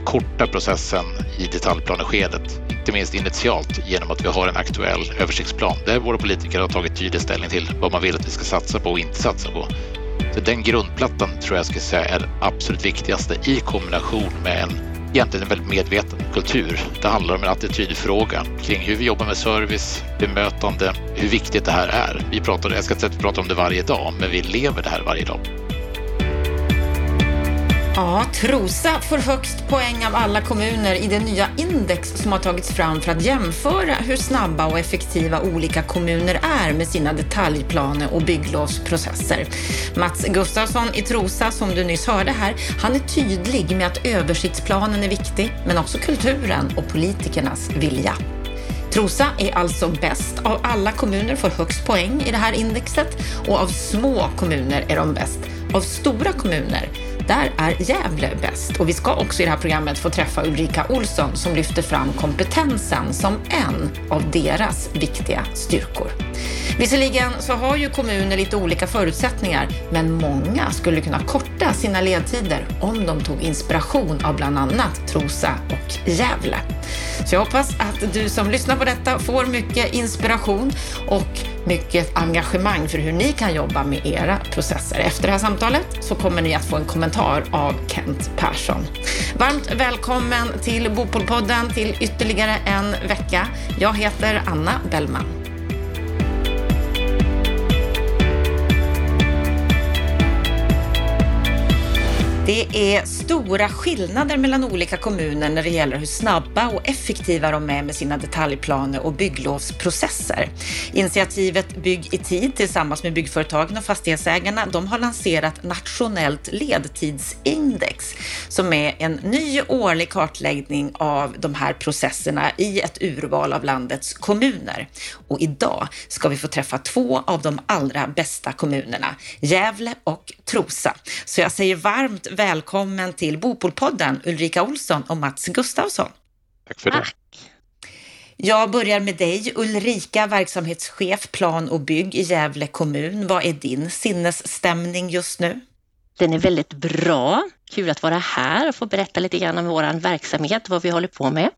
kortar processen i detaljplaneskedet, inte minst initialt genom att vi har en aktuell översiktsplan där våra politiker har tagit tydlig ställning till vad man vill att vi ska satsa på och inte satsa på. Så den grundplattan tror jag ska säga är absolut viktigaste i kombination med egentligen en väldigt medveten kultur. Det handlar om en attitydfråga kring hur vi jobbar med service, bemötande, hur viktigt det här är. Jag ska inte säga att vi pratar om det varje dag, men vi lever det här varje dag. Ja, Trosa får högst poäng av alla kommuner i det nya index som har tagits fram för att jämföra hur snabba och effektiva olika kommuner är med sina detaljplaner och bygglovsprocesser. Mats Gustafsson i Trosa, som du nyss hörde här, han är tydlig med att översiktsplanen är viktig, men också kulturen och politikernas vilja. Trosa är alltså bäst av alla kommuner, får högst poäng i det här indexet, och av små kommuner är de bäst. Av stora kommuner, där är Gävle bäst. Och vi ska också i det här programmet få träffa Ulrika Olsson som lyfter fram kompetensen som en av deras viktiga styrkor. Visserligen så har ju kommuner lite olika förutsättningar, men många skulle kunna korta sina ledtider om de tog inspiration av bland annat Trosa och Gävle. Så jag hoppas att du som lyssnar på detta får mycket inspiration och mycket engagemang för hur ni kan jobba med era processer. Efter det här samtalet så kommer ni att få en kommentar av Kent Persson. Varmt välkommen till Bopolpodden till ytterligare en vecka. Jag heter Anna Bellman. Det är stora skillnader mellan olika kommuner när det gäller hur snabba och effektiva de är med sina detaljplaner och bygglovsprocesser. Initiativet Bygg i tid tillsammans med byggföretagen och fastighetsägarna, de har lanserat nationellt ledtidsindex som är en ny årlig kartläggning av de här processerna i ett urval av landets kommuner. Och idag ska vi få träffa två av de allra bästa kommunerna, Gävle och Trosa. Så jag säger varmt välkommen till Bopolpodden, Ulrika Olsson och Mats Gustafsson. Tack för det. Jag börjar med dig, Ulrika, verksamhetschef plan och bygg i Gävle kommun. Vad är din sinnesstämning just nu? Den är väldigt bra. Kul att vara här och få berätta lite grann om vår verksamhet, vad vi håller på med.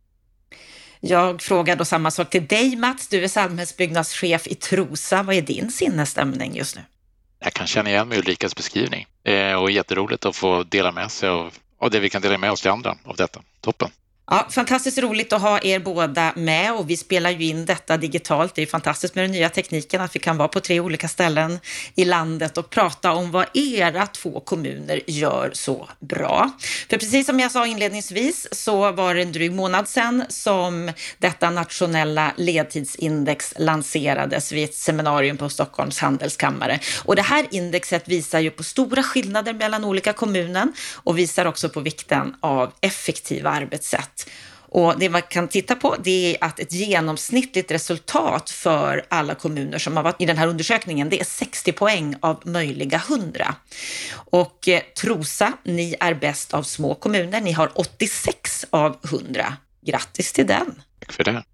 Jag frågar då samma sak till dig, Mats. Du är samhällsbyggnadschef i Trosa. Vad är din sinnesstämning just nu? Jag kan känna igen mig Ulrikas beskrivning och jätteroligt att få dela med sig av det vi kan dela med oss till andra av detta. Toppen. Ja, fantastiskt roligt att ha er båda med, och vi spelar ju in detta digitalt. Det är fantastiskt med den nya tekniken att vi kan vara på 3 olika ställen i landet och prata om vad era 2 kommuner gör så bra. För precis som jag sa inledningsvis så var det en dryg månad sedan som detta nationella ledtidsindex lanserades vid ett seminarium på Stockholms handelskammare. Och det här indexet visar ju på stora skillnader mellan olika kommuner och visar också på vikten av effektiva arbetssätt. Och det man kan titta på, det är att ett genomsnittligt resultat för alla kommuner som har varit i den här undersökningen, det är 60 poäng av möjliga 100. Och Trosa, ni är bäst av små kommuner, ni har 86 av 100. Grattis till den! Tack för det.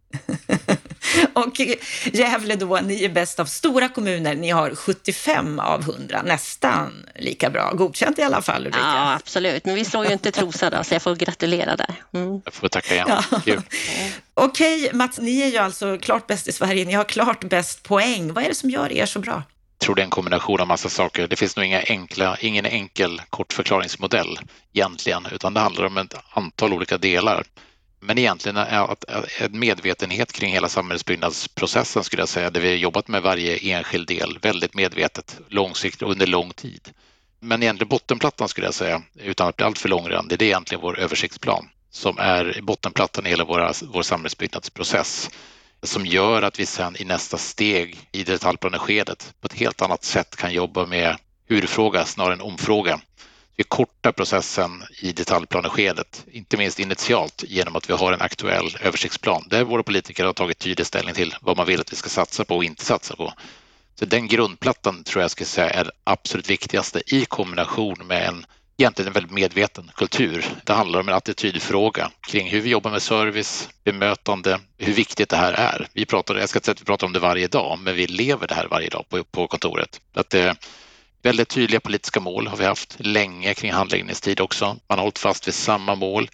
Och Gävle då, ni är bäst av stora kommuner, ni har 75 av 100, nästan lika bra. Godkänt i alla fall, Ulrika. Ja, absolut. Men vi slår ju inte Trosa då, så jag får gratulera där. Jag får tacka igen. Ja. Kul. Okej, Mats, ni är ju alltså klart bäst i Sverige. Ni har klart bäst poäng. Vad är det som gör er så bra? Jag tror det är en kombination av massa saker. Det finns nog ingen enkel kortförklaringsmodell egentligen, utan det handlar om ett antal olika delar. Men egentligen är en medvetenhet kring hela samhällsbyggnadsprocessen, skulle jag säga, där vi har jobbat med varje enskild del väldigt medvetet, långsiktigt och under lång tid. Men egentligen bottenplattan, skulle jag säga, utan att bli allt för långrandig, det är egentligen vår översiktsplan som är bottenplattan i hela vår samhällsbyggnadsprocess, som gör att vi sen i nästa steg i detaljplaneskedet på ett helt annat sätt kan jobba med hur-fråga snarare än omfråga. Vi kortar processen i detaljplaneskedet, inte minst initialt genom att vi har en aktuell översiktsplan där våra politiker har tagit tydlig ställning till vad man vill att vi ska satsa på och inte satsa på. Så den grundplattan tror jag ska säga är absolut viktigaste i kombination med egentligen en väldigt medveten kultur. Det handlar om en attitydfråga kring hur vi jobbar med service, bemötande, hur viktigt det här är. Jag ska inte säga att vi pratar om det varje dag, men vi lever det här varje dag på kontoret. Väldigt tydliga politiska mål har vi haft länge kring handläggningstid också. Man har hållit fast vid samma mål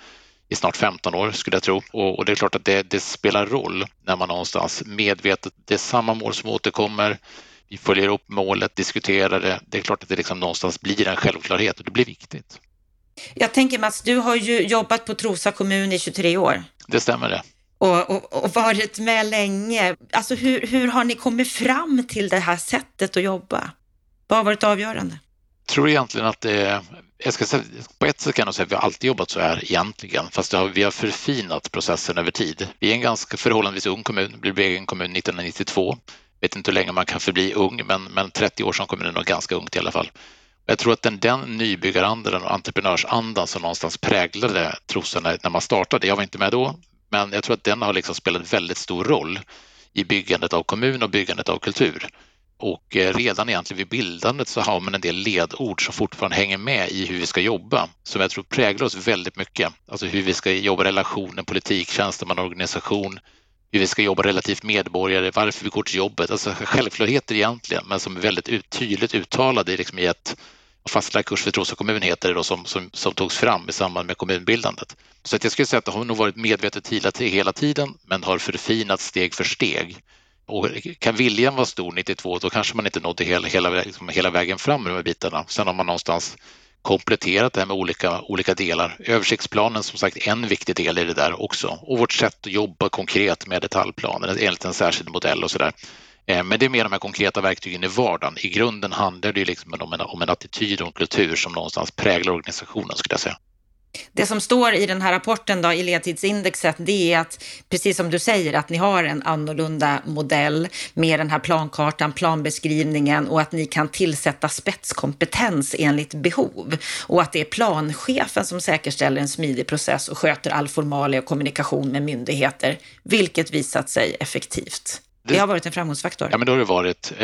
i snart 15 år skulle jag tro. Och det är klart att det spelar roll när man någonstans medvetet, det är samma mål som återkommer, vi följer upp målet, diskuterar det. Det är klart att det liksom någonstans blir en självklarhet och det blir viktigt. Jag tänker Mats, du har ju jobbat på Trosa kommun i 23 år. Det stämmer det. Och varit med länge. Alltså hur har ni kommit fram till det här sättet att jobba? Vad har varit avgörande? Jag tror egentligen att jag ska säga, på ett sätt kan jag säga att vi har alltid jobbat så här egentligen, fast vi har förfinat processen över tid. Vi är en ganska förhållandevis ung kommun, blev egen kommun 1992. Vet inte hur länge man kan förbli ung, men 30 år som kommun är ganska ungt i alla fall. Jag tror att den nybyggarandan och entreprenörsandan som någonstans präglade Trosa när man startade, jag var inte med då, men jag tror att den har liksom spelat väldigt stor roll i byggandet av kommun och byggandet av kultur. Och redan egentligen vid bildandet så har man en del ledord som fortfarande hänger med i hur vi ska jobba, som jag tror präglar oss väldigt mycket. Alltså hur vi ska jobba relationen, politik, tjänstemannaorganisation, hur vi ska jobba relativt medborgare, varför vi går till jobbet. Alltså självklarheter egentligen, men som är väldigt tydligt uttalade liksom i ett fastlagd kurs för Trosa kommun heter det då, som togs fram i samband med kommunbildandet. Så att jag skulle säga att det har nog varit medvetet hela tiden, men har förfinat steg för steg. Och kan viljan vara stor 92, då kanske man inte nådde hela vägen fram med de här bitarna. Sen har man någonstans kompletterat det här med olika delar. Översiktsplanen som sagt en viktig del i det där också. Och vårt sätt att jobba konkret med detaljplanen enligt en särskild modell och sådär. Men det är mer de här konkreta verktygen i vardagen. I grunden handlar det liksom om en attityd och en kultur som någonstans präglar organisationen skulle jag säga. Det som står i den här rapporten då, i ledtidsindexet, det är att, precis som du säger, att ni har en annorlunda modell med den här plankartan, planbeskrivningen och att ni kan tillsätta spetskompetens enligt behov och att det är planchefen som säkerställer en smidig process och sköter all formalia och kommunikation med myndigheter, vilket visat sig effektivt. Det har varit en framgångsfaktor. Ja, men då har det varit.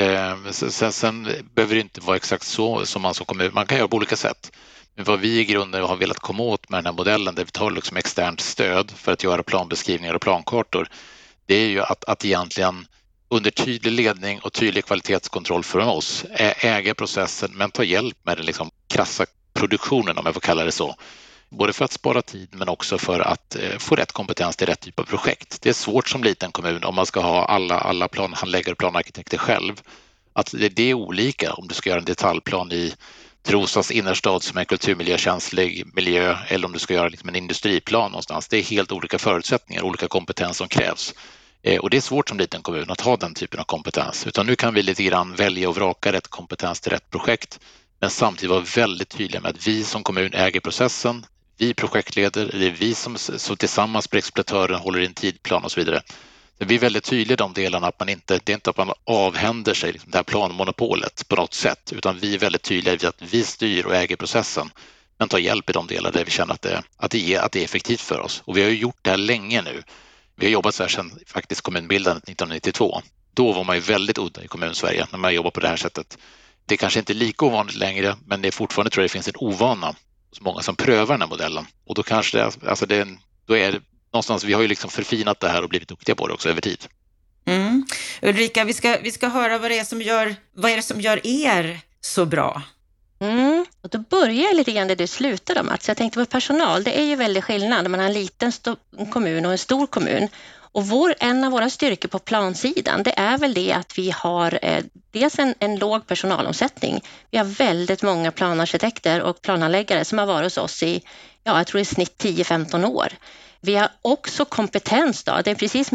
Sen behöver det inte vara exakt så som man som kommun. Man kan göra på olika sätt. Men vad vi i grunden har velat komma åt med den här modellen, där vi tar liksom externt stöd för att göra planbeskrivningar och plankartor, det är ju att egentligen under tydlig ledning och tydlig kvalitetskontroll från oss äga processen, men ta hjälp med den liksom krassa produktionen, om jag får kalla det så. Både för att spara tid men också för att få rätt kompetens till rätt typ av projekt. Det är svårt som liten kommun om man ska ha alla planhandläggare och planarkitekter själv. Att det är olika om du ska göra en detaljplan i Trosas innerstad som är en kulturmiljökänslig miljö eller om du ska göra liksom en industriplan någonstans. Det är helt olika förutsättningar, olika kompetens som krävs. Och det är svårt som liten kommun att ha den typen av kompetens. Utan nu kan vi lite grann välja och vraka rätt kompetens till rätt projekt. Men samtidigt vara väldigt tydliga med att vi som kommun äger processen. Vi projektleder, det är vi som tillsammans med exploatören håller i en tidplan och så vidare. Så vi är väldigt tydliga i de delarna att det är inte att man avhänder sig liksom det här planmonopolet på något sätt, utan vi är väldigt tydliga i att vi styr och äger processen, men tar hjälp i de delar där vi känner att det är effektivt för oss. Och vi har ju gjort det här länge nu. Vi har jobbat så här sedan faktiskt kommunbildandet 1992. Då var man ju väldigt udda i kommun-Sverige när man jobbar på det här sättet. Det är kanske inte lika ovanligt längre, men det är fortfarande, tror jag, det finns en ovana hos många som prövar den här modellen. Och då kanske då är det någonstans, vi har ju liksom förfinat det här och blivit duktiga på det också över tid. Ulrika, vi ska höra vad är det som gör er så bra? Och då börjar jag lite grann där du slutade, Mats. Jag tänkte på personal, det är ju väldigt skillnad när man har en liten kommun och en stor kommun. Och en av våra styrkor på plansidan, det är väl det att vi har dels en låg personalomsättning. Vi har väldigt många planarkitekter och plananläggare som har varit hos oss i, jag tror i snitt 10-15 år. Vi har också kompetens då, det är precis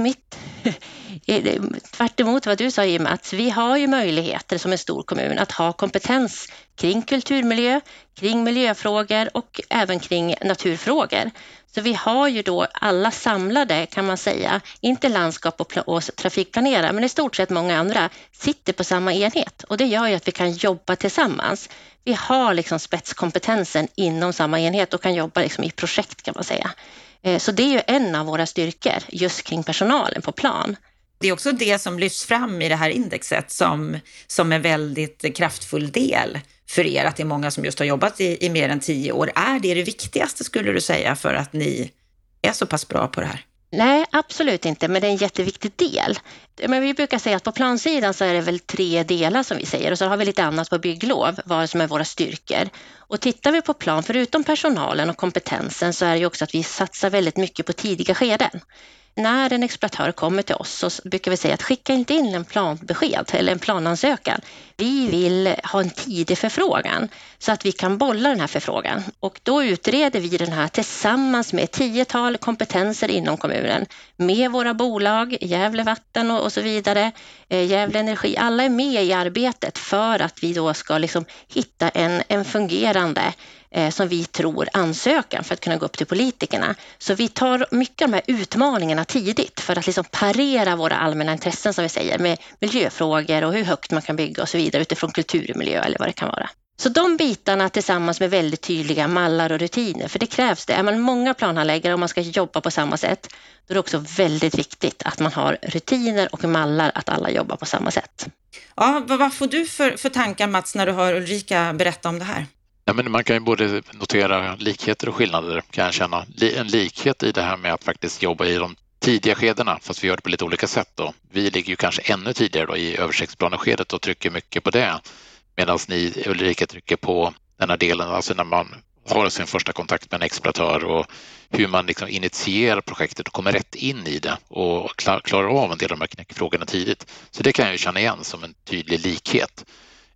tvärt emot vad du sa, Jim, att vi har ju möjligheter som en stor kommun att ha kompetens kring kulturmiljö, kring miljöfrågor och även kring naturfrågor. Så vi har ju då alla samlade, kan man säga, inte landskap och trafikplanera, men i stort sett många andra sitter på samma enhet och det gör ju att vi kan jobba tillsammans. Vi har liksom spetskompetensen inom samma enhet och kan jobba liksom i projekt, kan man säga. Så det är ju en av våra styrkor just kring personalen på plan. Det är också det som lyfts fram i det här indexet som en väldigt kraftfull del för er, att det är många som just har jobbat i mer än 10 år. Är det viktigaste, skulle du säga, för att ni är så pass bra på det här? Nej, absolut inte, men det är en jätteviktig del. Men vi brukar säga att på plansidan så är det väl 3 delar som vi säger och så har vi lite annat på bygglov, vad som är våra styrkor. Och tittar vi på plan, förutom personalen och kompetensen, så är det ju också att vi satsar väldigt mycket på tidiga skeden. När en exploatör kommer till oss så brukar vi säga att skicka inte in en planbesked eller en planansökan. Vi vill ha en tidig förfrågan så att vi kan bolla den här förfrågan. Och då utreder vi den här tillsammans med 10-tal kompetenser inom kommunen. Med våra bolag, Gävle Vatten och så vidare, Gävle Energi. Alla är med i arbetet för att vi då ska liksom hitta en fungerande som vi tror ansökan för att kunna gå upp till politikerna. Så vi tar mycket av de här utmaningarna tidigt för att liksom parera våra allmänna intressen som vi säger med miljöfrågor och hur högt man kan bygga och så vidare utifrån kulturmiljö eller vad det kan vara. Så de bitarna tillsammans med väldigt tydliga mallar och rutiner, för det krävs det. Är man många planhandläggare och man ska jobba på samma sätt, då är det också väldigt viktigt att man har rutiner och mallar att alla jobbar på samma sätt. Ja, vad får du för tankar, Mats, när du hör Ulrika berätta om det här? Ja, men man kan ju både notera likheter och skillnader, kan jag känna. En likhet i det här med att faktiskt jobba i de tidiga skedena, fast vi gör det på lite olika sätt då. Vi ligger ju kanske ännu tidigare då i översiktsplanaskedet och trycker mycket på det. Medan ni, Ulrika, trycker på den här delen, alltså när man har sin första kontakt med en exploatör och hur man liksom initierar projektet och kommer rätt in i det och klarar av en del av de här knäckfrågorna tidigt. Så det kan jag ju känna igen som en tydlig likhet.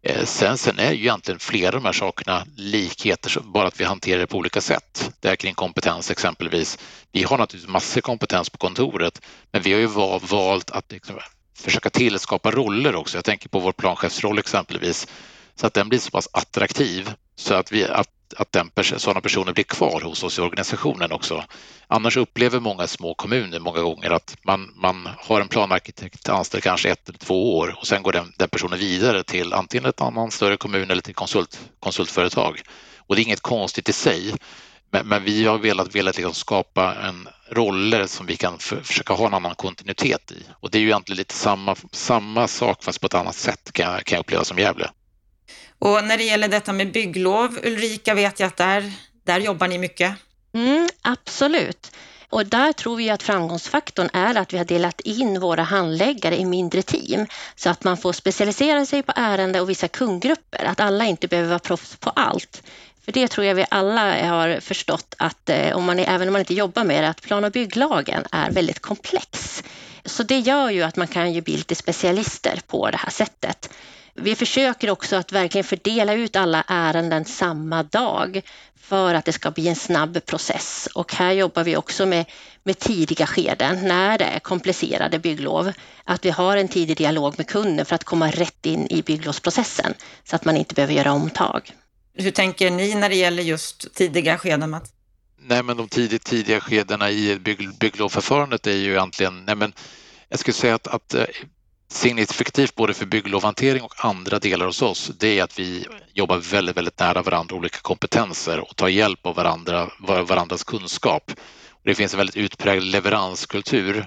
Sen är ju egentligen flera av de här sakerna likheter, bara att vi hanterar det på olika sätt. Det här kring kompetens exempelvis. Vi har naturligtvis massor kompetens på kontoret, men vi har ju valt att liksom försöka tillskapa roller också. Jag tänker på vår planchefsroll exempelvis, så att den blir så pass attraktiv så att sådana personer blir kvar hos oss i organisationen också. Annars upplever många små kommuner många gånger att man har en planarkitekt anställd kanske 1 eller 2 år och sen går den personen vidare till antingen ett annan större kommun eller till konsultföretag. Och det är inget konstigt i sig, men vi har velat liksom skapa en roller som vi kan försöka ha en annan kontinuitet i. Och det är ju egentligen lite samma sak fast på ett annat sätt kan jag uppleva som Gävle. Och när det gäller detta med bygglov, Ulrika, vet jag att där jobbar ni mycket. Absolut. Och där tror vi att framgångsfaktorn är att vi har delat in våra handläggare i mindre team så att man får specialisera sig på ärende och vissa kundgrupper. Att alla inte behöver vara proffs på allt. För det tror jag vi alla har förstått att även om man inte jobbar med det, att plan- och bygglagen är väldigt komplex. Så det gör ju att man kan ju bli lite specialister på det här sättet. Vi försöker också att verkligen fördela ut alla ärenden samma dag för att det ska bli en snabb process. Och här jobbar vi också med tidiga skeden när det är komplicerade bygglov. Att vi har en tidig dialog med kunden för att komma rätt in i bygglovsprocessen så att man inte behöver göra omtag. Hur tänker ni när det gäller just tidiga skeden, Mats? Nej, men de tidiga skedena i bygglovförfarandet är ju egentligen, jag skulle säga att signifikativt både för bygglovhantering och andra delar hos oss, det är att vi jobbar väldigt, väldigt nära varandra, olika kompetenser och tar hjälp av varandras kunskap. Och det finns en väldigt utpräglad leveranskultur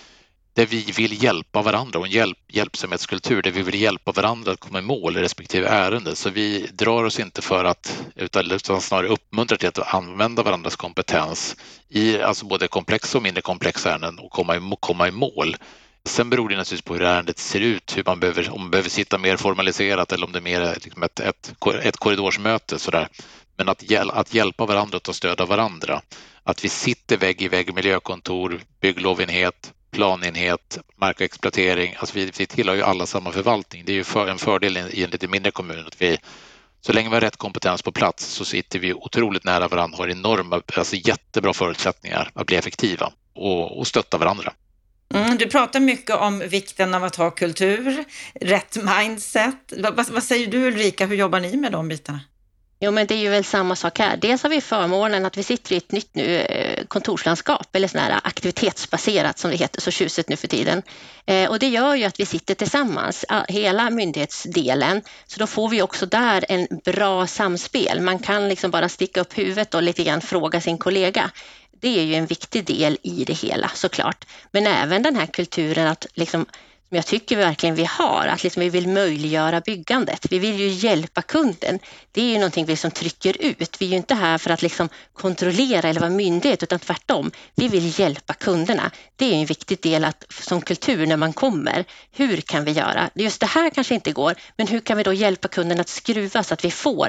där vi vill hjälpa varandra och en hjälpsamhetskultur där vi vill hjälpa varandra att komma i mål i respektive ärende. Så vi drar oss inte för att utan snarare uppmuntrar till att använda varandras kompetens i alltså både komplexa och mindre komplexa ärenden och komma i mål. Sen beror det naturligtvis på hur ärendet ser ut, om man behöver sitta mer formaliserat eller om det är mer liksom ett korridorsmöte. Sådär. Men att hjälpa varandra och ta stöd av varandra. Att vi sitter vägg i vägg, miljökontor, bygglovenhet, planenhet, mark- och exploatering. Alltså vi tillhör ju alla samma förvaltning. Det är ju en fördel i en lite mindre kommun att så länge vi har rätt kompetens på plats så sitter vi otroligt nära varandra och har jättebra förutsättningar att bli effektiva och stötta varandra. Du pratar mycket om vikten av att ha kultur, rätt mindset. Vad säger du, Ulrika? Hur jobbar ni med de bitarna? Jo, men det är ju väl samma sak här. Dels har vi förmånen att vi sitter i ett nytt kontorslandskap eller sån här aktivitetsbaserat som det heter så tjusigt nu för tiden. Och det gör ju att vi sitter tillsammans, hela myndighetsdelen. Så då får vi också där en bra samspel. Man kan liksom bara sticka upp huvudet och lite grann fråga sin kollega. Det är ju en viktig del i det hela såklart. Men även den här kulturen att liksom som jag tycker verkligen vi har, att liksom vi vill möjliggöra byggandet. Vi vill ju hjälpa kunden. Det är ju någonting vi liksom trycker ut. Vi är ju inte här för att liksom kontrollera eller vara myndighet, utan tvärtom. Vi vill hjälpa kunderna. Det är en viktig del att, som kultur när man kommer. Hur kan vi göra? Just det här kanske inte går, men hur kan vi då hjälpa kunden att skruva så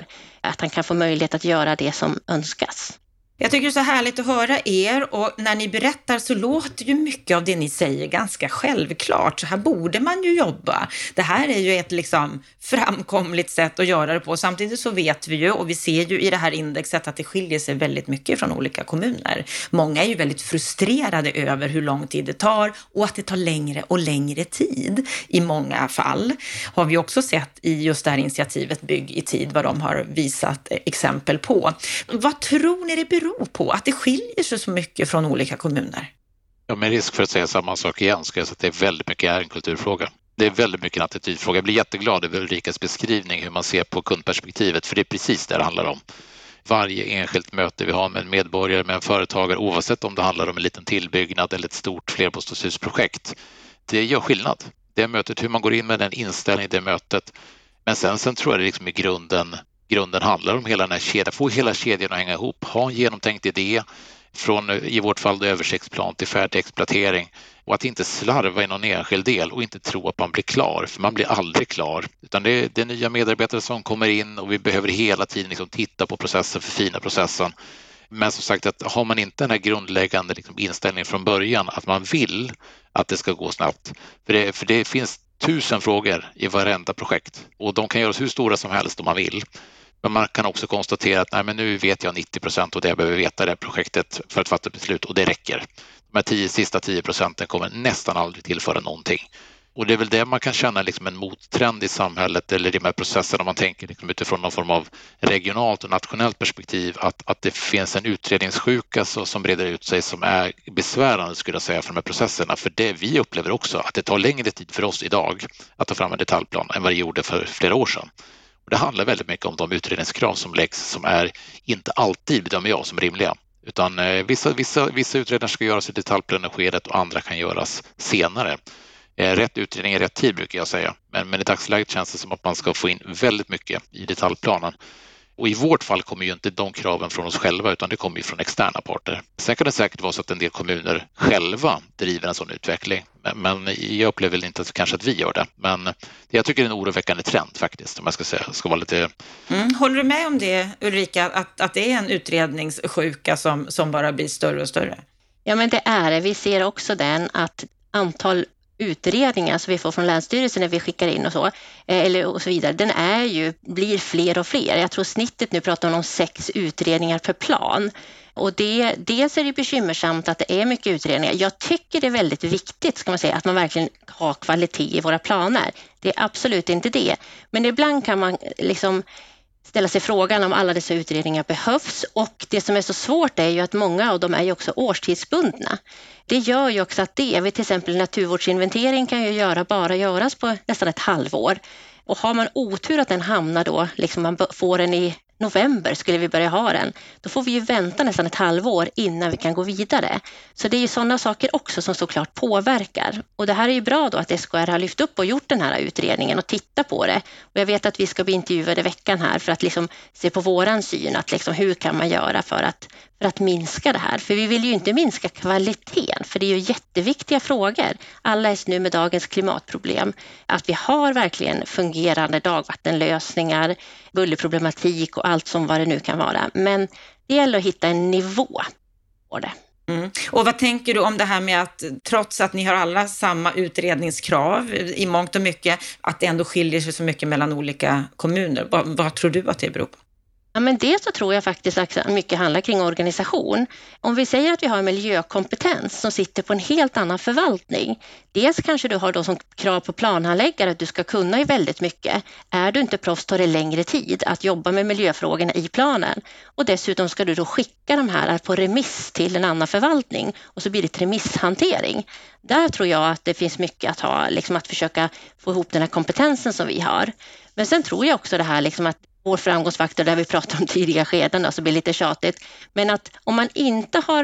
att han kan få möjlighet att göra det som önskas? Jag tycker det är så härligt att höra er, och när ni berättar så låter ju mycket av det ni säger ganska självklart. Så här borde man ju jobba. Det här är ju ett liksom framkomligt sätt att göra det på. Samtidigt så vet vi ju, och vi ser ju i det här indexet, att det skiljer sig väldigt mycket från olika kommuner. Många är ju väldigt frustrerade över hur lång tid det tar, och att det tar längre och längre tid. I många fall har vi också sett i just det här initiativet Bygg i tid vad de har visat exempel på. Vad tror ni det beror på att det skiljer sig så mycket från olika kommuner? Ja, med risk för att säga samma sak igen ska jag säga att det är väldigt mycket en kulturfråga. Det är väldigt mycket en attitydfråga. Jag blir jätteglad över Ulrikas beskrivning hur man ser på kundperspektivet, för det är precis det handlar om. Varje enskilt möte vi har med en medborgare, med en företagare, oavsett om det handlar om en liten tillbyggnad eller ett stort flerbostadshusprojekt, det gör skillnad. Det mötet, hur man går in med den inställningen i det mötet. Men sen tror jag det liksom i grunden handlar om hela den här kedjan, få hela kedjan att hänga ihop, ha en genomtänkt idé från i vårt fall översiktsplan till färdig exploatering, och att inte slarva i någon enskild del och inte tro att man blir klar, för man blir aldrig klar, utan det är nya medarbetare som kommer in och vi behöver hela tiden liksom titta på processen, förfina processen. Men som sagt, att har man inte den här grundläggande liksom inställningen från början att man vill att det ska gå snabbt, för det finns 1000 frågor i varenda projekt och de kan göras hur stora som helst om man vill. Men man kan också konstatera att nej, men nu vet jag 90% och det jag behöver veta i det här projektet för att fatta beslut, och det räcker. De här sista 10% kommer nästan aldrig tillföra någonting. Och det är väl det man kan känna liksom en mottrend i samhället eller i de här processerna, om man tänker liksom utifrån någon form av regionalt och nationellt perspektiv, att det finns en utredningssjuka som breder ut sig som är besvärande, skulle jag säga, för de här processerna. För det vi upplever också att det tar längre tid för oss idag att ta fram en detaljplan än vad det gjorde för flera år sedan. Och det handlar väldigt mycket om de utredningskrav som läggs, som är inte alltid, bedömer jag, som rimliga. Utan vissa utredningar ska göras i detaljplaneskedet och andra kan göras senare. Rätt utredning i rätt tid brukar jag säga, men i dagsläget känns det som att man ska få in väldigt mycket i detaljplanen. Och i vårt fall kommer ju inte de kraven från oss själva, utan det kommer ju från externa parter. Sen kan det säkert vara så att en del kommuner själva driver en sån utveckling, men jag upplever väl inte kanske att vi gör det. Men jag tycker det är en oroväckande trend faktiskt, om jag ska vara lite... Håller du med om det, Ulrika, att det är en utredningssjuka som bara blir större och större? Ja, men det är det. Vi ser också att antal utredningar som vi får från Länsstyrelsen när vi skickar in och så, och så vidare, den blir fler och fler. Jag tror snittet nu pratar om 6 utredningar per plan. Och dels är det bekymmersamt att det är mycket utredningar. Jag tycker det är väldigt viktigt, ska man säga, att man verkligen har kvalitet i våra planer. Det är absolut inte det. Men ibland kan man liksom ställa sig frågan om alla dessa utredningar behövs, och det som är så svårt är ju att många av dem är ju också årstidsbundna. Det gör ju också att till exempel naturvårdsinventering kan ju bara göras på nästan ett halvår, och har man otur att den hamnar då, liksom man får den i november skulle vi börja ha den, då får vi ju vänta nästan ett halvår innan vi kan gå vidare. Så det är ju sådana saker också som såklart påverkar. Och det här är ju bra då att SKR har lyft upp och gjort den här utredningen och titta på det. Och jag vet att vi ska bli intervjuade veckan här för att liksom se på våran syn, att liksom hur kan man göra för att minska det här. För vi vill ju inte minska kvaliteten, för det är ju jätteviktiga frågor. Alla är nu med dagens klimatproblem. Att vi har verkligen fungerande dagvattenlösningar, bullerproblematik och allt som vad det nu kan vara. Men det gäller att hitta en nivå på det. Och vad tänker du om det här med att trots att ni har alla samma utredningskrav i mångt och mycket, att det ändå skiljer sig så mycket mellan olika kommuner? Vad tror du att det beror på? Ja, men det så tror jag faktiskt att mycket handlar kring organisation. Om vi säger att vi har miljökompetens som sitter på en helt annan förvaltning. Dels kanske du har då som krav på planhandläggare att du ska kunna ju väldigt mycket. Är du inte proffs tar det längre tid att jobba med miljöfrågorna i planen. Och dessutom ska du då skicka de här på remiss till en annan förvaltning. Och så blir det remisshantering. Där tror jag att det finns mycket att ha, liksom att försöka få ihop den här kompetensen som vi har. Men sen tror jag också det här liksom att vår framgångsfaktor, där vi pratade om tidiga skeden, så blir lite tjatigt. Men att om man inte har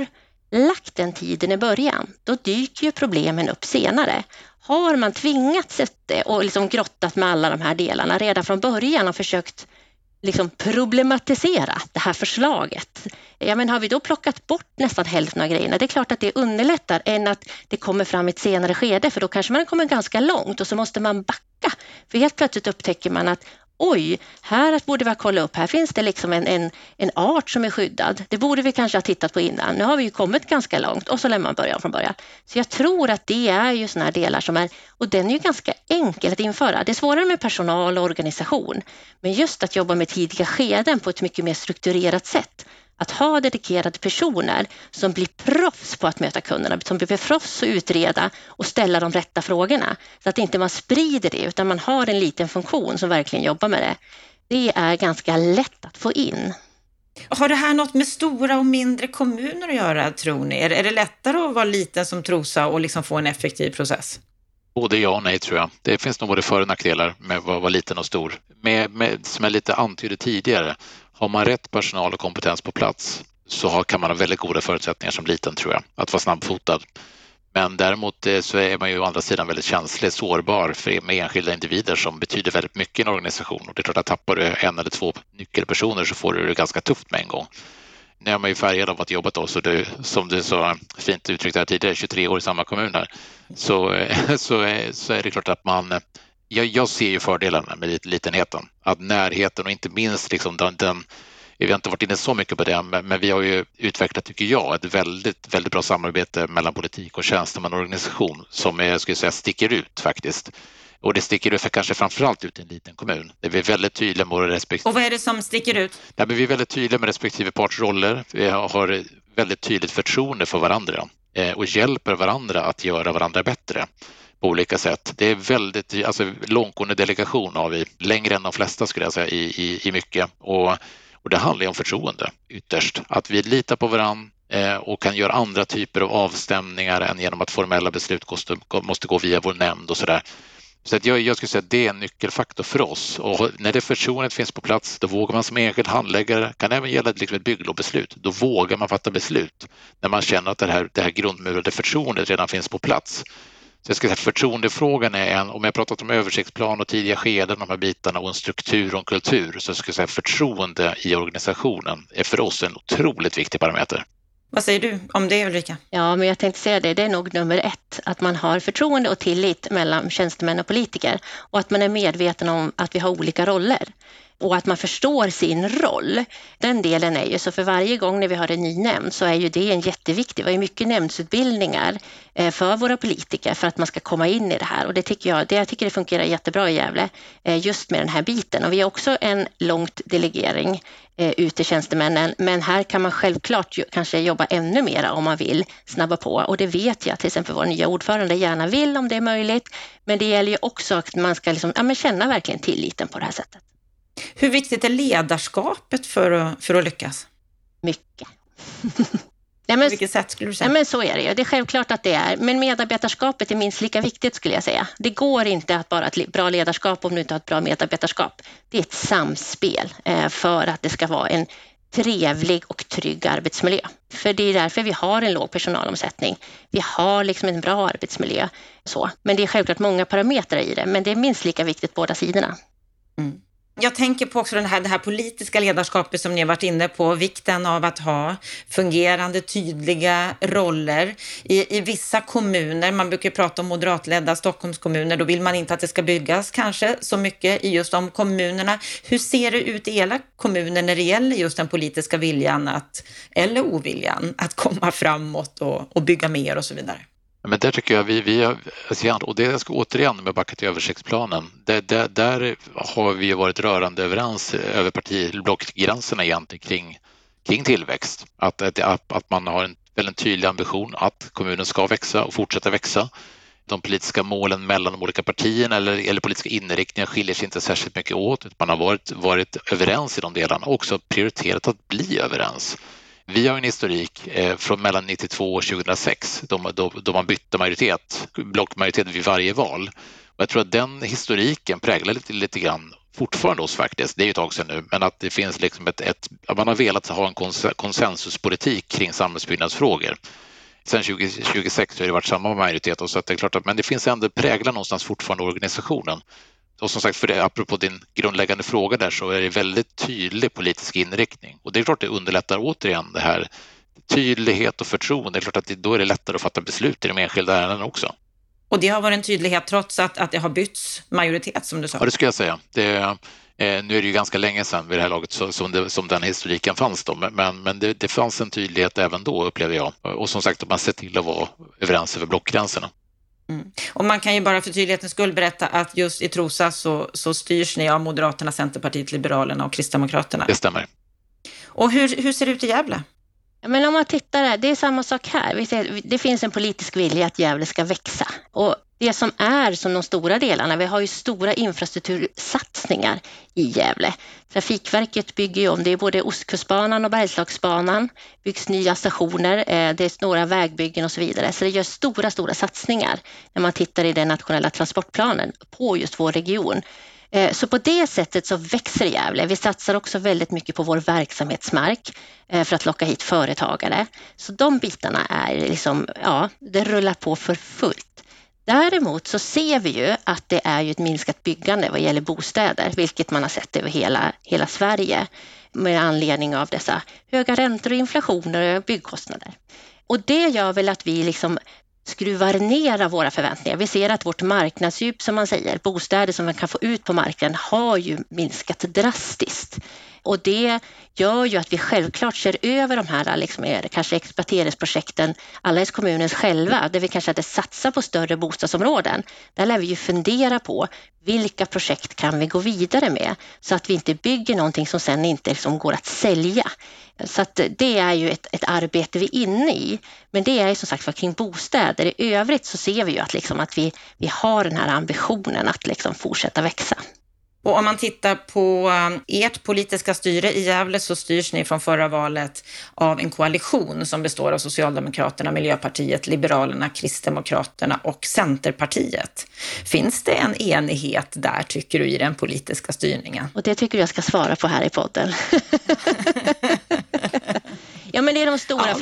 lagt den tiden i början, då dyker ju problemen upp senare. Har man tvingats och liksom grottat med alla de här delarna redan från början och försökt liksom problematisera det här förslaget. Ja, men har vi då plockat bort nästan hälften av grejerna? Det är klart att det underlättar än att det kommer fram i ett senare skede, för då kanske man kommer ganska långt och så måste man backa. För helt plötsligt upptäcker man att oj, här borde vi kolla upp, här finns det liksom en art som är skyddad. Det borde vi kanske ha tittat på innan. Nu har vi ju kommit ganska långt och så lämnar man början från början. Så jag tror att det är ju såna här delar som är, och den är ju ganska enkel att införa. Det är svårare med personal och organisation, men just att jobba med tidiga skeden på ett mycket mer strukturerat sätt. Att ha dedikerade personer som blir proffs på att möta kunderna, som blir proffs att utreda och ställa de rätta frågorna. Så att inte man sprider det, utan man har en liten funktion som verkligen jobbar med det. Det är ganska lätt att få in. Har det här något med stora och mindre kommuner att göra, tror ni? Är det lättare att vara liten som Trosa och liksom få en effektiv process? Både ja och nej, tror jag. Det finns nog både för- och nackdelar med att vara liten och stor. Som jag lite antydde tidigare, har man rätt personal och kompetens på plats så kan man ha väldigt goda förutsättningar som liten, tror jag, att vara snabbfotad. Men däremot så är man ju å andra sidan väldigt känslig, sårbar med enskilda individer som betyder väldigt mycket i en organisation. Och det är klart att tappar du en eller två nyckelpersoner så får du det ganska tufft med en gång. Nu är man ju färgad av att jobba då, så du, som du så fint uttryckte här tidigare, 23 år i samma kommun här, så är det klart att man... Jag ser ju fördelarna med litenheten, att närheten och inte minst liksom vi har inte varit inne så mycket på det, men vi har ju utvecklat, tycker jag, ett väldigt, väldigt bra samarbete mellan politik och tjänstemannaorganisation som jag skulle säga sticker ut faktiskt. Och det sticker ut kanske framförallt ut i en liten kommun. Det är vi väldigt tydliga med våra respektive... Och vad är det som sticker ut? Nej, men vi är väldigt tydliga med respektive parts roller. Vi har väldigt tydligt förtroende för varandra och hjälper varandra att göra varandra bättre på olika sätt. Det är väldigt, långtgående delegation har vi, längre än de flesta skulle jag säga i mycket. Och det handlar ju om förtroende ytterst. Att vi litar på varandra och kan göra andra typer av avstämningar än genom att formella beslut måste gå via vår nämnd och sådär. Så att jag skulle säga att det är en nyckelfaktor för oss. Och när det förtroendet finns på plats, då vågar man som enskild handläggare, kan även gälla liksom ett bygglovbeslut, då vågar man fatta beslut när man känner att det här grundmurade förtroendet redan finns på plats. Så jag skulle säga att förtroendefrågan är om jag pratat om översiktsplan och tidiga skeden, de här bitarna, och en struktur och en kultur, så skulle jag säga att förtroende i organisationen är för oss en otroligt viktig parameter. Vad säger du om det, Ulrika? Ja, men jag tänkte säga det är nog nummer 1, att man har förtroende och tillit mellan tjänstemän och politiker och att man är medveten om att vi har olika roller. Och att man förstår sin roll. Den delen är ju så, för varje gång när vi har en ny nämnd så är ju det en jätteviktig. Vi har ju mycket nämndsutbildningar för våra politiker för att man ska komma in i det här. Och jag tycker det fungerar jättebra i Gävle just med den här biten. Och vi har också en långt delegering ut till tjänstemännen. Men här kan man självklart kanske jobba ännu mer om man vill snabba på. Och det vet jag till exempel vår nya ordförande gärna vill om det är möjligt. Men det gäller ju också att man ska känna verkligen tilliten på det här sättet. Hur viktigt är ledarskapet för att lyckas? Mycket. På vilket sätt skulle du säga? Ja, men så är det ju. Det är självklart att det är. Men medarbetarskapet är minst lika viktigt, skulle jag säga. Det går inte att bara ha ett bra ledarskap om du inte har ett bra medarbetarskap. Det är ett samspel för att det ska vara en trevlig och trygg arbetsmiljö. För det är därför vi har en låg personalomsättning. Vi har liksom en bra arbetsmiljö. Så. Men det är självklart många parametrar i det. Men det är minst lika viktigt båda sidorna. Mm. Jag tänker på också det här politiska ledarskapet som ni har varit inne på, vikten av att ha fungerande, tydliga roller. I vissa kommuner, man brukar prata om moderatledda Stockholmskommuner, då vill man inte att det ska byggas kanske så mycket i just de kommunerna. Hur ser det ut i era kommuner när det gäller just den politiska viljan eller oviljan att komma framåt och bygga mer och så vidare? Men där tycker jag vi har, och det ska återigen med backa till översiktsplanen, där har vi varit rörande överens över partiblockgränserna egentligen kring tillväxt. Att man har en väldigt tydlig ambition att kommunen ska växa och fortsätta växa. De politiska målen mellan de olika partierna eller politiska inriktningar skiljer sig inte särskilt mycket åt. Man har varit överens i de delarna och också prioriterat att bli överens. Vi har en historik från mellan 92 och 2006 då man bytte blockmajoritet vid varje val. Och jag tror att den historiken präglar lite grann fortfarande oss faktiskt, det är ju ett tag sedan nu, men att det finns liksom man har velat ha en konsensuspolitik kring samhällsbyggnadsfrågor. Sen 2026 har det varit samma majoritet, och så att det är klart men det finns ändå präglar någonstans fortfarande organisationen. Och som sagt, för det, apropå din grundläggande fråga där, så är det väldigt tydlig politisk inriktning. Och det är klart det underlättar återigen det här tydlighet och förtroende. Det är klart att då är det lättare att fatta beslut i de enskilda ärenden också. Och det har varit en tydlighet trots att det har bytts majoritet, som du sa. Ja, det ska jag säga. Nu är det ju ganska länge sedan vid det här laget som den historiken fanns då, men det fanns en tydlighet även då, upplever jag. Och som sagt, att man ser till att vara överens över blockgränserna. Mm. Och man kan ju bara för tydlighetens skull berätta att just i Trosa så styrs ni av Moderaterna, Centerpartiet, Liberalerna och Kristdemokraterna. Det stämmer. Och hur ser det ut i Gävle? Men om man tittar, det är samma sak här. Det finns en politisk vilja att Gävle ska växa. Och det som de stora delarna, vi har ju stora infrastruktursatsningar i Gävle. Trafikverket bygger ju om, det är både Ostkustbanan och Bergslagsbanan, byggs nya stationer, det är några vägbyggen och så vidare. Så det gör stora satsningar när man tittar i den nationella transportplanen på just vår region. Så på det sättet så växer Gävle. Vi satsar också väldigt mycket på vår verksamhetsmark för att locka hit företagare. Så de bitarna är liksom, det rullar på för fullt. Däremot så ser vi ju att det är ju ett minskat byggande vad gäller bostäder, vilket man har sett över hela Sverige med anledning av dessa höga räntor och inflationer och byggkostnader. Och det gör väl att vi liksom skruvar ner våra förväntningar. Vi ser att vårt marknadsdjup, som man säger, bostäder som man kan få ut på marknaden, har ju minskat drastiskt. Och det gör ju att vi självklart ser över de här kanske exploateringsprojekten, alla i kommunen själva, där vi kanske hade satsat på större bostadsområden. Där lär vi ju fundera på vilka projekt kan vi gå vidare med, så att vi inte bygger någonting som sen inte går att sälja. Så att det är ju ett arbete vi är inne i. Men det är ju som sagt kring bostäder. I övrigt så ser vi ju att vi har den här ambitionen att fortsätta växa. Och om man tittar på ert politiska styre i Gävle, så styrs ni från förra valet av en koalition som består av Socialdemokraterna, Miljöpartiet, Liberalerna, Kristdemokraterna och Centerpartiet. Finns det en enighet där, tycker du, i den politiska styrningen? Och det tycker jag ska svara på här i podden. Ja, men det är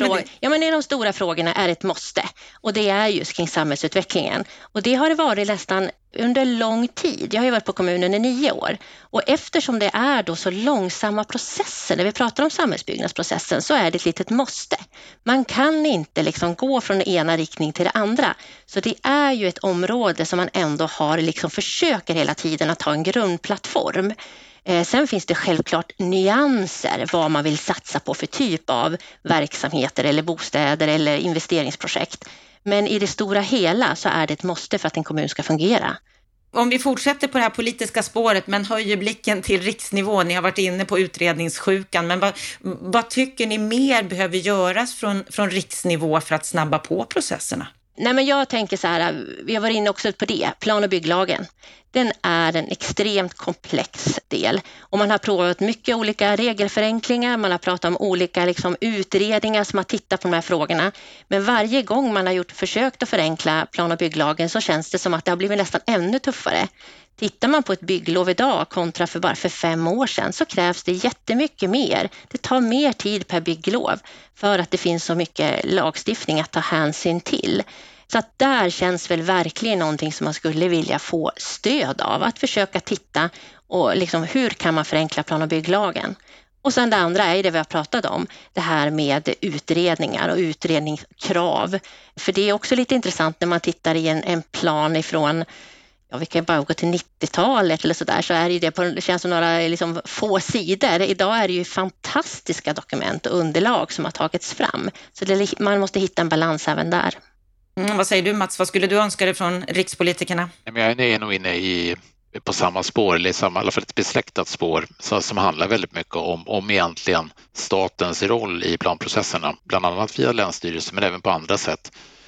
de stora frågorna är ett måste, och det är just kring samhällsutvecklingen. Och det har det varit nästan under lång tid. Jag har ju varit på kommunen i 9 år, och eftersom det är då så långsamma processer, när vi pratar om samhällsbyggnadsprocessen, så är det ett litet måste. Man kan inte gå från den ena riktning till det andra. Så det är ju ett område som man ändå har försöker hela tiden att ha en grundplattform. Sen finns det självklart nyanser vad man vill satsa på för typ av verksamheter eller bostäder eller investeringsprojekt. Men i det stora hela så är det ett måste för att en kommun ska fungera. Om vi fortsätter på det här politiska spåret men höjer blicken till riksnivå, ni har varit inne på utredningssjukan, men vad tycker ni mer behöver göras från riksnivå för att snabba på processerna? Nej, men jag tänker så här, vi har varit inne också på det, plan- och bygglagen. Den är en extremt komplex del, och man har provat mycket olika regelförenklingar, man har pratat om olika utredningar som har tittat på de här frågorna. Men varje gång man har försökt att förenkla plan- och bygglagen, så känns det som att det har blivit nästan ännu tuffare. Tittar man på ett bygglov idag kontra för bara 5 år sedan, så krävs det jättemycket mer. Det tar mer tid per bygglov för att det finns så mycket lagstiftning att ta hänsyn till. Så att där känns väl verkligen någonting som man skulle vilja få stöd av. Att försöka titta och hur kan man förenkla plan- och bygglagen. Och sen det andra är det vi har pratat om, det här med utredningar och utredningskrav. För det är också lite intressant när man tittar i en plan ifrån, vi kan bara gå till 90-talet eller sådär, så är det känns som några få sidor. Idag är det ju fantastiska dokument och underlag som har tagits fram. Så man måste hitta en balans även där. Vad säger du, Mats? Vad skulle du önska dig från rikspolitikerna? Jag är nog inne på samma spår, eller i alla fall ett besläktat spår, som handlar väldigt mycket om egentligen statens roll i planprocesserna, bland annat via länsstyrelsen men även på andra sätt.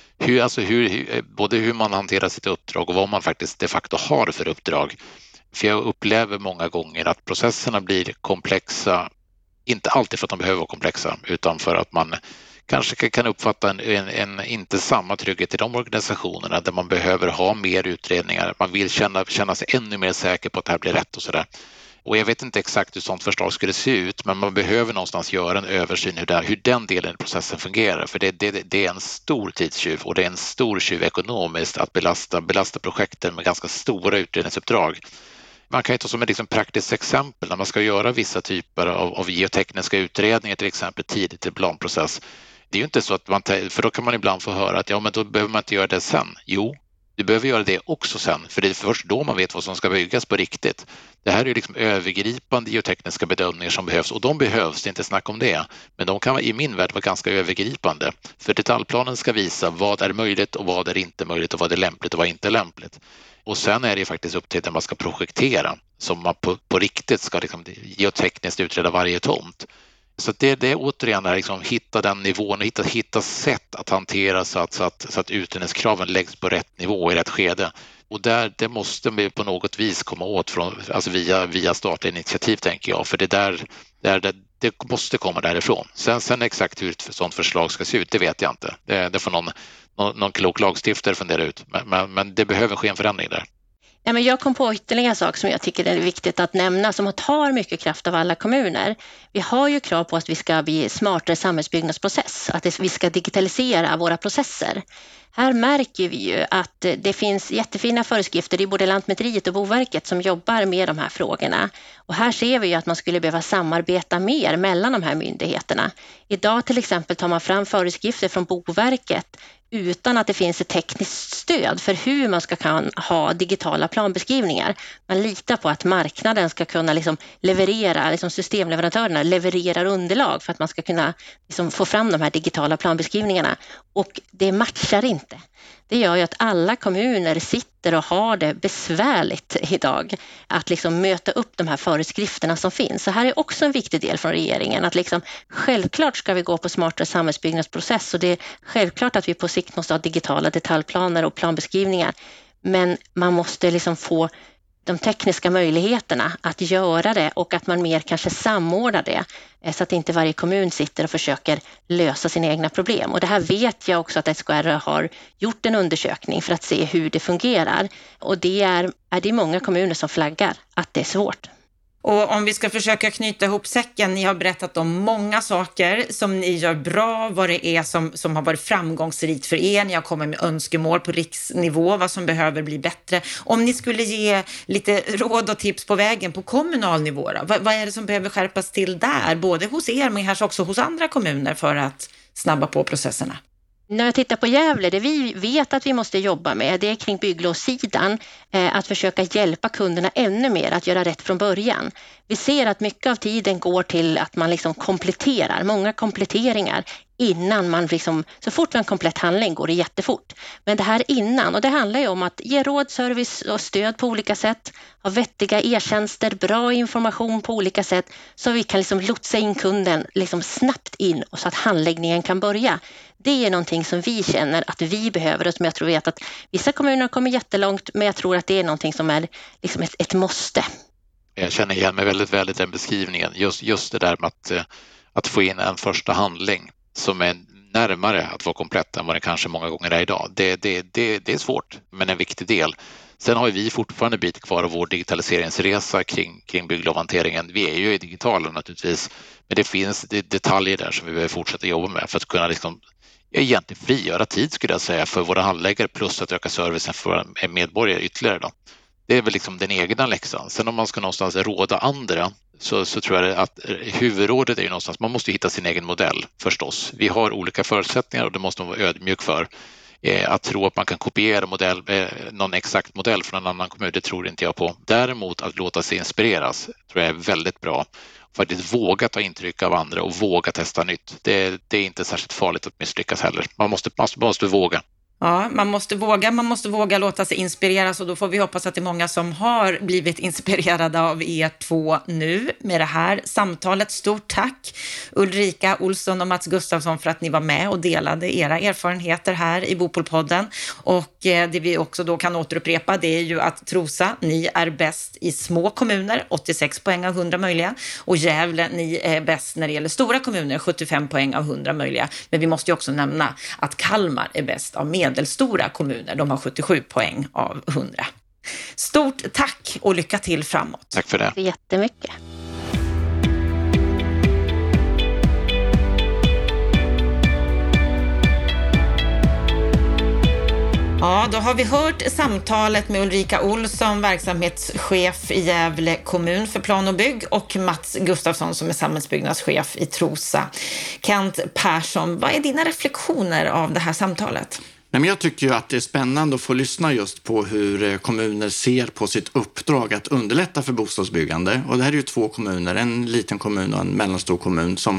Både hur man hanterar sitt uppdrag och vad man faktiskt de facto har för uppdrag. För jag upplever många gånger att processerna blir komplexa, inte alltid för att de behöver vara komplexa, utan för att man kanske kan uppfatta en inte samma trygghet i de organisationerna där man behöver ha mer utredningar. Man vill känna sig ännu mer säker på att det här blir rätt och sådär. Och jag vet inte exakt hur sånt förslag skulle se ut, men man behöver någonstans göra en översyn hur den delen i processen fungerar. För det är en stor tidstjuv och det är en stor tjuv ekonomiskt att belasta projekten med ganska stora utredningsuppdrag. Man kan ju ta som ett liksom praktiskt exempel när man ska göra vissa typer av geotekniska utredningar, till exempel tidigt i planprocess. Det är ju inte så att för då kan man ibland få höra att men då behöver man inte göra det sen. Jo, du behöver göra det också sen, för det är först då man vet vad som ska byggas på riktigt. Det här är ju liksom övergripande geotekniska bedömningar som behövs, och de behövs, det är inte snack om det. Men de kan i min värld vara ganska övergripande. För detaljplanen ska visa vad är möjligt och vad är inte möjligt och vad är lämpligt och vad är inte lämpligt. Och sen är det faktiskt upp till när man ska projektera som man på riktigt ska liksom geotekniskt utreda varje tomt. Så det är återigen att liksom hitta den nivån och hitta sätt att hantera så att utredningskraven läggs på rätt nivå i rätt skede. Och det måste vi på något vis komma åt alltså via statliga initiativ, tänker jag. För det måste komma därifrån. Sen exakt hur ett sådant förslag ska se ut, det vet jag inte. Det får någon klok lagstiftare fundera ut. Men det behöver ske en förändring där. Ja, men jag kom på ytterligare en sak som jag tycker är viktigt att nämna, som tar mycket kraft av alla kommuner. Vi har ju krav på att vi ska bli smartare samhällsbyggnadsprocess, att vi ska digitalisera våra processer. Här märker vi ju att det finns jättefina föreskrifter i både Lantmäteriet och Boverket som jobbar med de här frågorna. Och här ser vi ju att man skulle behöva samarbeta mer mellan de här myndigheterna. Idag till exempel tar man fram föreskrifter från Boverket utan att det finns ett tekniskt stöd för hur man ska ha digitala planbeskrivningar. Man litar på att marknaden ska kunna leverera, systemleverantörerna levererar underlag för att man ska kunna få fram de här digitala planbeskrivningarna. Och det matchar inte. Det gör ju att alla kommuner sitter och har det besvärligt idag att möta upp de här föreskrifterna som finns. Så här är också en viktig del från regeringen att självklart ska vi gå på smartare samhällsbyggnadsprocess, och det är självklart att vi på sikt måste ha digitala detaljplaner och planbeskrivningar. Men man måste få de tekniska möjligheterna att göra det, och att man mer kanske samordnar det så att inte varje kommun sitter och försöker lösa sina egna problem. Och det här vet jag också att SKR har gjort en undersökning för att se hur det fungerar. Och det är många kommuner som flaggar att det är svårt. Och om vi ska försöka knyta ihop säcken, ni har berättat om många saker som ni gör bra, vad det är som har varit framgångsrikt för er. Ni har kommit med önskemål på riksnivå, vad som behöver bli bättre. Om ni skulle ge lite råd och tips på vägen på kommunal nivå då, vad är det som behöver skärpas till där, både hos er men kanske också hos andra kommuner för att snabba på processerna? När jag tittar på Gävle, det vi vet att vi måste jobba med, det är kring bygglovssidan, att försöka hjälpa kunderna ännu mer att göra rätt från början. Vi ser att mycket av tiden går till att man kompletterar, många kompletteringar innan man så fort man komplett handling går det jättefort. Men det här innan, och det handlar ju om att ge råd, service och stöd på olika sätt, ha vettiga e-tjänster, bra information på olika sätt, så vi kan lotsa in kunden snabbt in och så att handläggningen kan börja. Det är någonting som vi känner att vi behöver, och som jag tror vet att vissa kommuner kommer jättelångt, men jag tror att det är någonting som är ett måste. Jag känner igen mig väldigt väl i den beskrivningen. Just det där med att få in en första handling som är närmare att vara komplett än vad det kanske många gånger är idag. Det är svårt, men en viktig del. Sen har vi fortfarande bit kvar av vår digitaliseringsresa kring bygglovhanteringen. Vi är ju i digitala naturligtvis, men det finns detaljer där som vi behöver fortsätta jobba med för att kunna egentligen frigöra tid, skulle jag säga, för våra handläggare, plus att öka servicen för våra medborgare ytterligare då. Det är väl den egna läxan. Sen om man ska någonstans råda andra så tror jag att huvudrådet är ju någonstans, man måste hitta sin egen modell förstås. Vi har olika förutsättningar och det måste man vara ödmjuk för. Att tro att man kan kopiera någon exakt modell från en annan kommun, det tror inte jag på. Däremot att låta sig inspireras tror jag är väldigt bra. Faktiskt våga ta intryck av andra och våga testa nytt. Det är inte särskilt farligt att misslyckas heller. Man måste våga. Ja, man måste våga låta sig inspireras, och då får vi hoppas att det är många som har blivit inspirerade av er två nu med det här samtalet. Stort tack Ulrika Olsson och Mats Gustafsson för att ni var med och delade era erfarenheter här i Bopolpodden. Och det vi också då kan återupprepa, det är ju att Trosa, ni är bäst i små kommuner, 86 poäng av 100 möjliga, och Gävle, ni är bäst när det gäller stora kommuner, 75 poäng av 100 möjliga. Men vi måste ju också nämna att Kalmar är bäst av medelstora kommuner. De har 77 poäng av 100. Stort tack och lycka till framåt. Tack för det. Jättemycket. Ja, då har vi hört samtalet med Ulrika Olsson, verksamhetschef i Gävle kommun för plan och bygg, och Mats Gustafsson som är samhällsbyggnadschef i Trosa. Kent Persson, vad är dina reflektioner av det här samtalet? Men jag tycker ju att det är spännande att få lyssna just på hur kommuner ser på sitt uppdrag att underlätta för bostadsbyggande. Och det här är ju 2 kommuner, en liten kommun och en mellanstor kommun som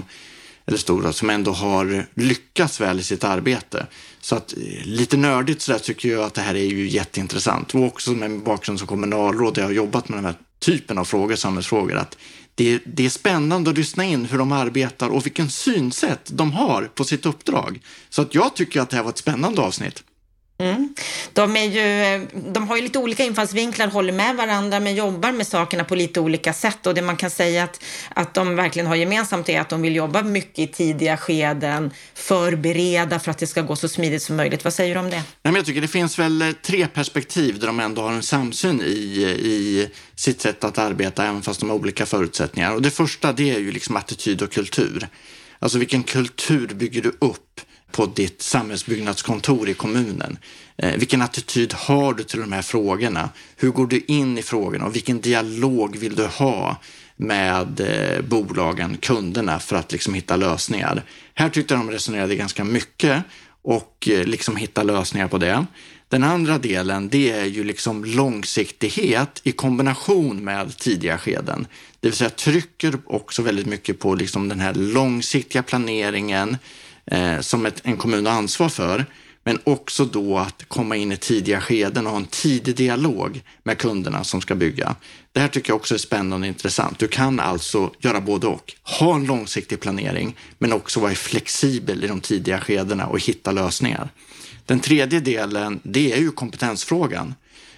ändå har lyckats väl i sitt arbete. Så att lite nördigt så där tycker jag att det här är ju jätteintressant. Och också med min bakgrund som kommunalråd där jag har jobbat med den här typen av frågor, samhällsfrågor, att det är spännande att lyssna in hur de arbetar och vilken synsätt de har på sitt uppdrag. Så att jag tycker att det här var ett spännande avsnitt. Mm. De har ju lite olika infallsvinklar, håller med varandra men jobbar med sakerna på lite olika sätt, och det man kan säga att de verkligen har gemensamt är att de vill jobba mycket i tidiga skeden, förbereda för att det ska gå så smidigt som möjligt. Vad säger du om det? Men jag tycker det finns väl 3 perspektiv där de ändå har en samsyn i sitt sätt att arbeta, även fast de har olika förutsättningar. Och det första, det är ju liksom attityd och kultur. Alltså vilken kultur bygger du upp på ditt samhällsbyggnadskontor i kommunen? Vilken attityd har du till de här frågorna? Hur går du in i frågorna och vilken dialog vill du ha med bolagen, kunderna, för att liksom hitta lösningar? Här tyckte jag de resonerade ganska mycket och liksom hitta lösningar på det. Den andra delen, det är ju liksom långsiktighet i kombination med tidiga skeden. Det vill säga trycker också väldigt mycket på liksom den här långsiktiga planeringen som en kommun har ansvar för, men också då att komma in i tidiga skeden och ha en tidig dialog med kunderna som ska bygga. Det här tycker jag också är spännande och intressant. Du kan alltså göra både och. Ha en långsiktig planering men också vara flexibel i de tidiga skedena och hitta lösningar. Den tredje delen, det är ju kompetensfrågan.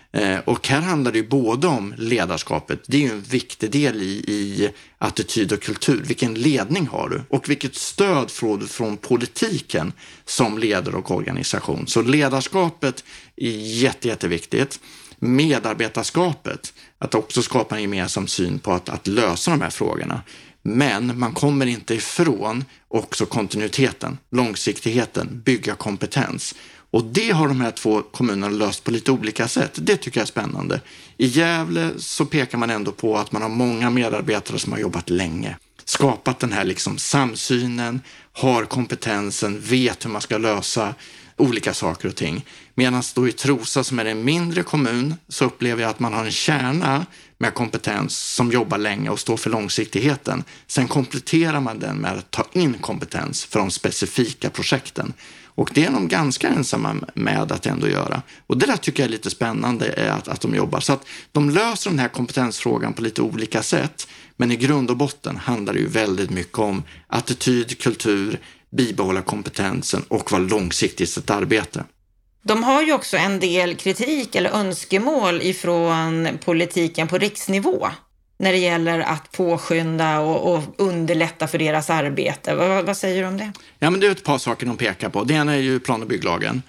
Och här handlar det ju både om ledarskapet, det är ju en viktig del i attityd och kultur. Vilken ledning har du och vilket stöd får du från politiken som ledare och organisation. Så ledarskapet är jätteviktigt. Medarbetarskapet, att också skapa en gemensam syn på att lösa de här frågorna. Men man kommer inte ifrån också kontinuiteten, långsiktigheten, bygga kompetens. Och det har de här 2 kommunerna löst på lite olika sätt. Det tycker jag är spännande. I Gävle så pekar man ändå på att man har många medarbetare som har jobbat länge. Skapat den här liksom samsynen, har kompetensen, vet hur man ska lösa olika saker och ting. Medan då i Trosa som är en mindre kommun så upplever jag att man har en kärna med kompetens som jobbar länge och står för långsiktigheten. Sen kompletterar man den med att ta in kompetens för de specifika projekten. Och det är de ganska ensamma med att ändå göra. Och det där tycker jag är lite spännande att de jobbar. Så att de löser den här kompetensfrågan på lite olika sätt. Men i grund och botten handlar det ju väldigt mycket om attityd, kultur, bibehålla kompetensen och vara långsiktigt i sitt arbete. De har ju också en del kritik eller önskemål ifrån politiken på riksnivå när det gäller att påskynda och underlätta för deras arbete. Vad säger du om det? Ja, men det är ett par saker de pekar på. Det ena är ju plan- och bygglagen.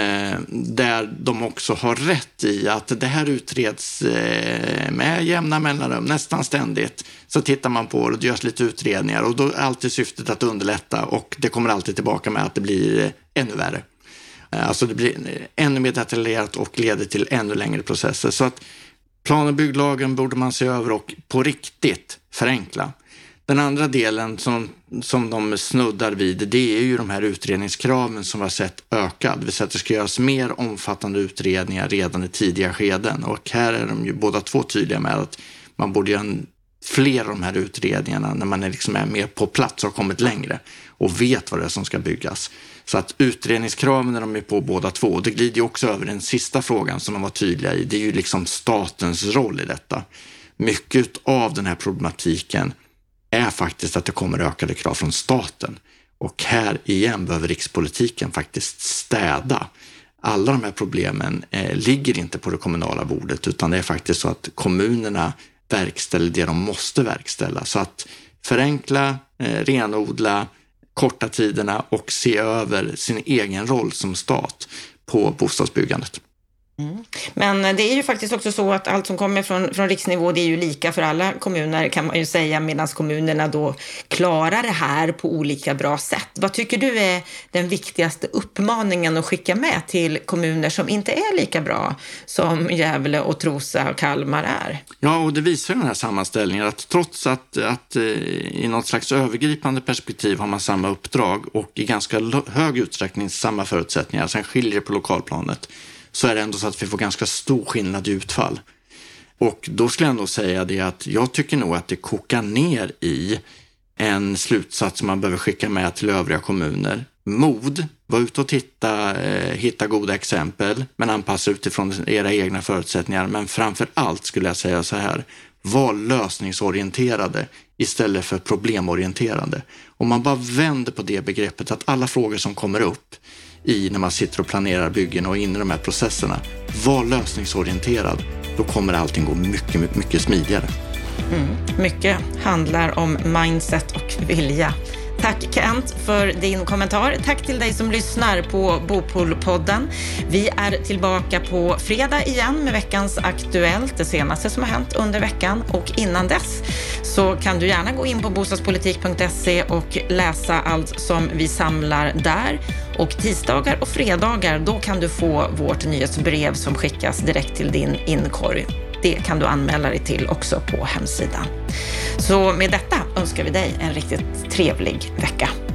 Där de också har rätt i att det här utreds med jämna mellanrum, nästan ständigt. Så tittar man på det och det görs lite utredningar och då är alltid syftet att underlätta och det kommer alltid tillbaka med att det blir ännu värre. Alltså det blir ännu mer detaljerat och leder till ännu längre processer. Så att plan- och bygglagen borde man se över och på riktigt förenkla. Den andra delen som de snuddar vid, det är ju de här utredningskraven som vi har sett ökad. Det vill säga att det ska göras mer omfattande utredningar redan i tidiga skeden. Och här är de ju båda 2 tydliga med att man borde göra en fler av de här utredningarna när man är mer på plats och har kommit längre och vet vad det är som ska byggas. Så att utredningskraven när de är på båda två, det glider ju också över den sista frågan som de var tydliga i, det är ju liksom statens roll i detta. Mycket av den här problematiken är faktiskt att det kommer ökade krav från staten. Och här igen behöver rikspolitiken faktiskt städa. Alla de här problemen ligger inte på det kommunala bordet, utan det är faktiskt så att kommunerna verkställer det de måste verkställa. Så att förenkla, renodla, korta tiderna och se över sin egen roll som stat på bostadsbyggandet. Men det är ju faktiskt också så att allt som kommer från riksnivå, det är ju lika för alla kommuner kan man ju säga, medan kommunerna då klarar det här på olika bra sätt. Vad tycker du är den viktigaste uppmaningen att skicka med till kommuner som inte är lika bra som Gävle och Trosa och Kalmar är? Ja, och det visar den här sammanställningen att trots att i något slags övergripande perspektiv har man samma uppdrag och i ganska hög utsträckning samma förutsättningar, sen skiljer det på lokalplanet, så är det ändå så att vi får ganska stor skillnad i utfall. Och då skulle jag ändå säga det att jag tycker nog att det kokar ner i en slutsats som man behöver skicka med till övriga kommuner. Mod, var ute och hitta goda exempel, men anpassa utifrån era egna förutsättningar. Men framför allt skulle jag säga så här, var lösningsorienterade istället för problemorienterade. Om man bara vänder på det begreppet att alla frågor som kommer upp när man sitter och planerar byggen och in i de här processerna, var lösningsorienterad, då kommer allting gå mycket, mycket smidigare. Mycket handlar om mindset och vilja. Tack Kent för din kommentar. Tack till dig som lyssnar på Bopolpodden. Vi är tillbaka på fredag igen med veckans Aktuellt, det senaste som har hänt under veckan. Och innan dess så kan du gärna gå in på bostadspolitik.se och läsa allt som vi samlar där. Och tisdagar och fredagar, då kan du få vårt nyhetsbrev som skickas direkt till din inkorg. Det kan du anmäla dig till också på hemsidan. Så med detta önskar vi dig en riktigt trevlig vecka.